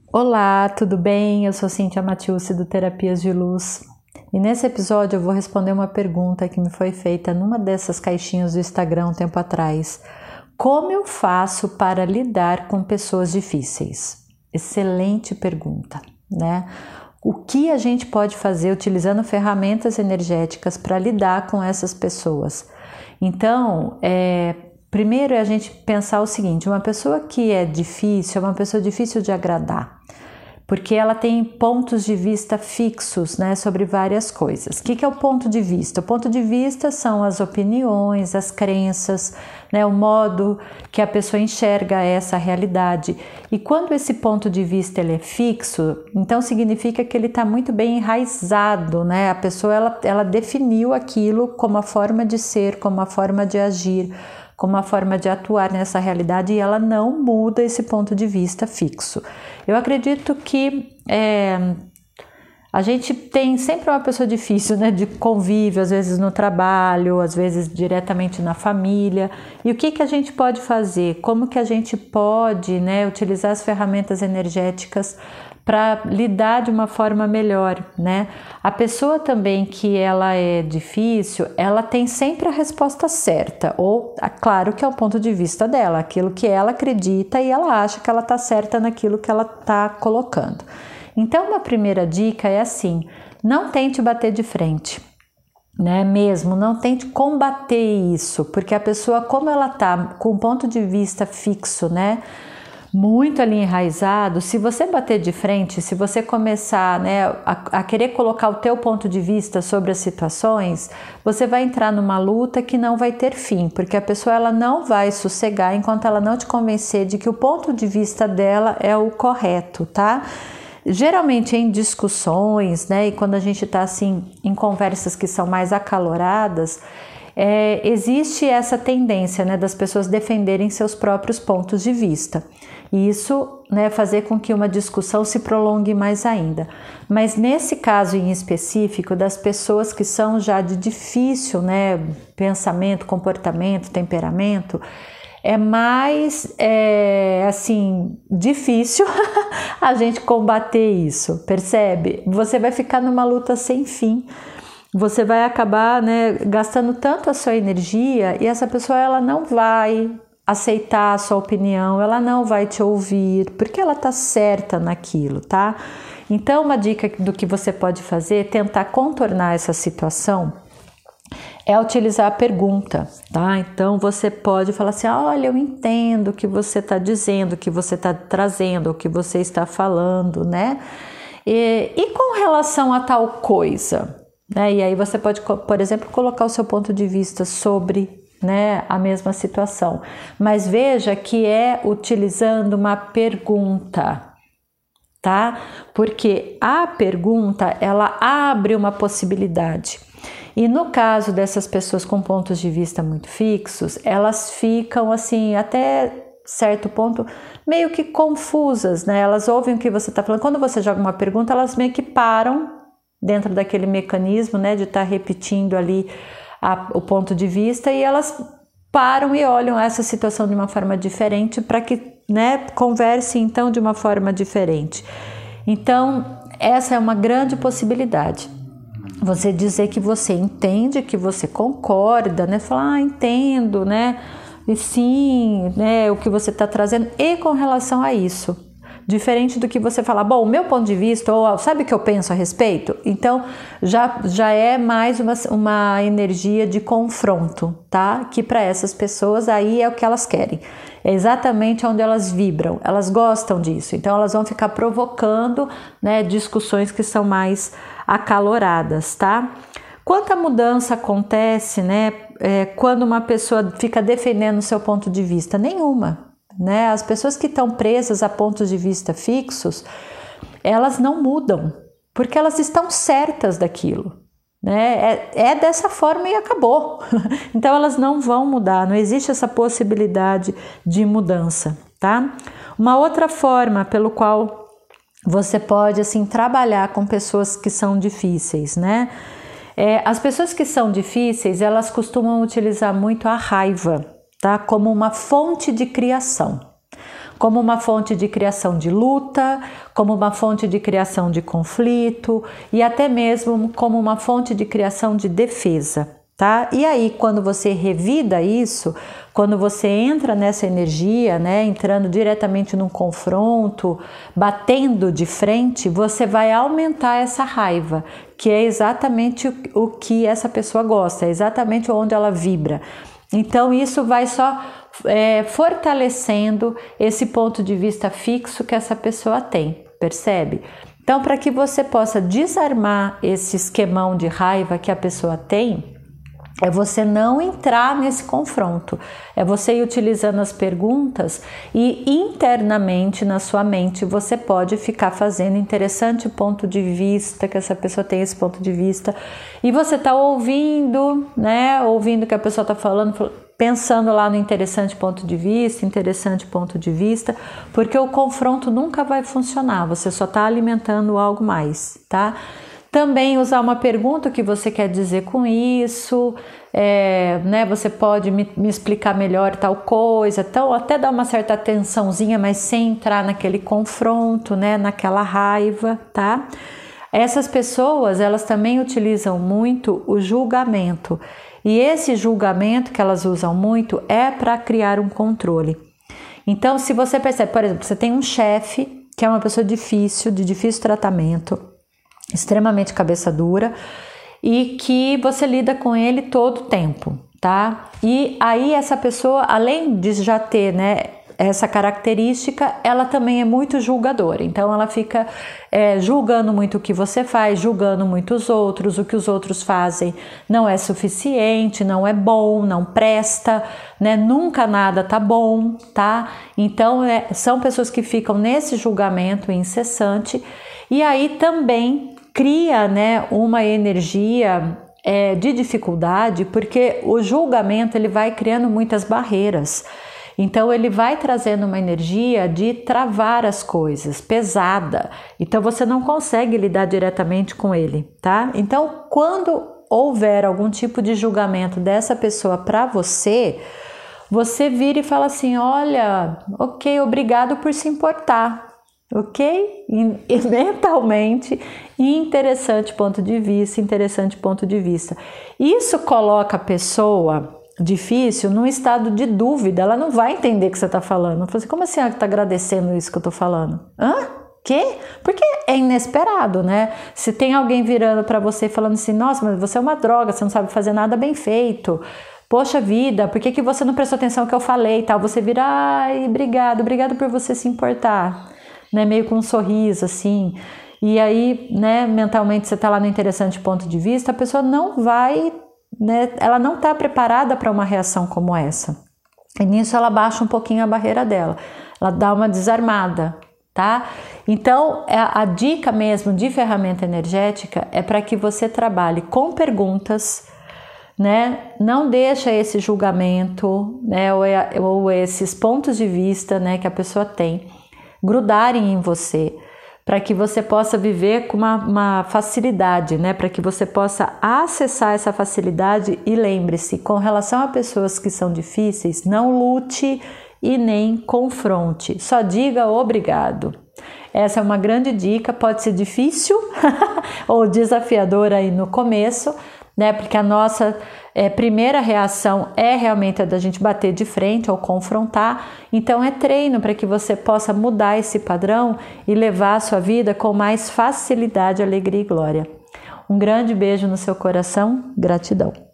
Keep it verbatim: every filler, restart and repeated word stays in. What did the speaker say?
Olá, tudo bem? Eu sou Cíntia Matiusi do Terapias de Luz e nesse episódio eu vou responder uma pergunta que me foi feita numa dessas caixinhas do Instagram um tempo atrás. Como eu faço para lidar com pessoas difíceis? Excelente pergunta, né? O que a gente pode fazer utilizando ferramentas energéticas para lidar com essas pessoas? Então, é... primeiro é a gente pensar o seguinte, uma pessoa que é difícil, é uma pessoa difícil de agradar, porque ela tem pontos de vista fixos, né, sobre várias coisas. O que que é o ponto de vista? O ponto de vista são as opiniões, as crenças, né, o modo que a pessoa enxerga essa realidade. E quando esse ponto de vista ele é fixo, então significa que ele está muito bem enraizado, né? A pessoa ela, ela definiu aquilo como a forma de ser, como a forma de agir, como uma forma de atuar nessa realidade e ela não muda esse ponto de vista fixo. Eu acredito que é, a gente tem sempre uma pessoa difícil, né, de convívio, às vezes no trabalho, às vezes diretamente na família. E o que que a gente pode fazer? Como que a gente pode, né, utilizar as ferramentas energéticas para lidar de uma forma melhor, né? A pessoa também que ela é difícil, ela tem sempre a resposta certa, ou claro que é o ponto de vista dela, aquilo que ela acredita e ela acha que ela está certa naquilo que ela está colocando. Então, uma primeira dica é assim, não tente bater de frente, né? Mesmo, não tente combater isso, porque a pessoa, como ela está com um ponto de vista fixo, né? Muito ali enraizado, se você bater de frente, se você começar, né, a, a querer colocar o teu ponto de vista sobre as situações, você vai entrar numa luta que não vai ter fim, porque a pessoa ela não vai sossegar enquanto ela não te convencer de que o ponto de vista dela é o correto, tá? Geralmente em discussões, né, e quando a gente tá assim em conversas que são mais acaloradas, é, existe essa tendência, né, das pessoas defenderem seus próprios pontos de vista. E isso, né, fazer com que uma discussão se prolongue mais ainda. Mas nesse caso em específico, das pessoas que são já de difícil, né, pensamento, comportamento, temperamento, é mais, é, assim, difícil a gente combater isso, percebe? Você vai ficar numa luta sem fim. Você vai acabar, né, gastando tanto a sua energia e essa pessoa ela não vai aceitar a sua opinião, ela não vai te ouvir, porque ela tá certa naquilo, tá? Então, uma dica do que você pode fazer, tentar contornar essa situação, é utilizar a pergunta, tá? Então, você pode falar assim, olha, eu entendo o que você está dizendo, o que você está trazendo, o que você está falando, né? E, e com relação a tal coisa? Né? E aí você pode, por exemplo, colocar o seu ponto de vista sobre, né, a mesma situação. Mas veja que é utilizando uma pergunta, tá? Porque a pergunta, ela abre uma possibilidade. E no caso dessas pessoas com pontos de vista muito fixos, elas ficam assim, até certo ponto, meio que confusas, né? Elas ouvem o que você está falando. Quando você joga uma pergunta, elas meio que param dentro daquele mecanismo, né, de estar tá repetindo ali a, o ponto de vista e elas param e olham essa situação de uma forma diferente para que, né, conversem então de uma forma diferente. Então, essa é uma grande possibilidade. Você dizer que você entende, que você concorda, né, falar, ah, entendo, né, e sim, né, o que você está trazendo e com relação a isso. Diferente do que você falar, bom, o meu ponto de vista, ou sabe o que eu penso a respeito? Então, já, já é mais uma, uma energia de confronto, tá? Que para essas pessoas aí é o que elas querem. É exatamente onde elas vibram, elas gostam disso. Então, elas vão ficar provocando, né, discussões que são mais acaloradas, tá? Quanta mudança acontece, né, é, quando uma pessoa fica defendendo o seu ponto de vista? Nenhuma. Né? As pessoas que estão presas a pontos de vista fixos, elas não mudam, porque elas estão certas daquilo. Né? É, é dessa forma e acabou. Então elas não vão mudar, não existe essa possibilidade de mudança. Tá? Uma outra forma pelo qual você pode assim, trabalhar com pessoas que são difíceis, né? É, as pessoas que são difíceis, elas costumam utilizar muito a raiva, tá? Como uma fonte de criação. como uma fonte de criação de luta, como uma fonte de criação de conflito e até mesmo como uma fonte de criação de defesa. Tá? E aí, quando você revida isso, quando você entra nessa energia, né, entrando diretamente num confronto, batendo de frente, você vai aumentar essa raiva, que é exatamente o, o que essa pessoa gosta, é exatamente onde ela vibra. Então, isso vai só é, fortalecendo esse ponto de vista fixo que essa pessoa tem, percebe? Então, para que você possa desarmar esse esquemão de raiva que a pessoa tem, é você não entrar nesse confronto, é você ir utilizando as perguntas e internamente na sua mente você pode ficar fazendo interessante ponto de vista, que essa pessoa tem esse ponto de vista, e você tá ouvindo, né, ouvindo o que a pessoa tá falando, pensando lá no interessante ponto de vista, interessante ponto de vista, porque o confronto nunca vai funcionar, você só tá alimentando algo mais, tá? Também usar uma pergunta, o que você quer dizer com isso, é, né, você pode me, me explicar melhor tal coisa, então até dar uma certa atençãozinha, mas sem entrar naquele confronto, né, naquela raiva, tá? Essas pessoas, elas também utilizam muito o julgamento, e esse julgamento que elas usam muito é para criar um controle. Então, se você percebe, por exemplo, você tem um chefe que é uma pessoa difícil, de difícil tratamento, extremamente cabeça dura e que você lida com ele todo o tempo, tá? E aí essa pessoa, além de já ter, né, essa característica, ela também é muito julgadora, então ela fica é, julgando muito o que você faz, julgando muito os outros, o que os outros fazem não é suficiente, não é bom, não presta, né? Nunca nada tá bom, tá? Então é, são pessoas que ficam nesse julgamento incessante e aí também cria, né, uma energia é, de dificuldade, porque o julgamento ele vai criando muitas barreiras. Então ele vai trazendo uma energia de travar as coisas, pesada. Então você não consegue lidar diretamente com ele, tá? Então quando houver algum tipo de julgamento dessa pessoa para você, você vira e fala assim: olha, ok, obrigado por se importar. Ok? E, e mentalmente, interessante ponto de vista, interessante ponto de vista. Isso coloca a pessoa difícil num estado de dúvida, ela não vai entender o que você está falando. Assim, como assim ela está agradecendo isso que eu estou falando? Hã? Quê? Porque é inesperado, né? Se tem alguém virando para você falando assim: nossa, mas você é uma droga, você não sabe fazer nada bem feito. Poxa vida, por que, que você não prestou atenção no que eu falei e tal? Você vira: ai, obrigado, obrigado por você se importar. Né, meio com um sorriso assim, e aí, né, mentalmente você está lá no interessante ponto de vista, a pessoa não vai, né, ela não está preparada para uma reação como essa, e nisso ela baixa um pouquinho a barreira dela, ela dá uma desarmada, tá? Então a, a dica mesmo de ferramenta energética é para que você trabalhe com perguntas, né? Não deixa esse julgamento, né, ou, ou esses pontos de vista, né, que a pessoa tem grudarem em você, para que você possa viver com uma, uma facilidade, né? Para que você possa acessar essa facilidade. E lembre-se, com relação a pessoas que são difíceis, não lute e nem confronte, só diga obrigado. Essa é uma grande dica, pode ser difícil ou desafiadora aí no começo, né? Porque a nossa é, primeira reação é realmente a da gente bater de frente ou confrontar. Então é treino para que você possa mudar esse padrão e levar a sua vida com mais facilidade, alegria e glória. Um grande beijo no seu coração, gratidão.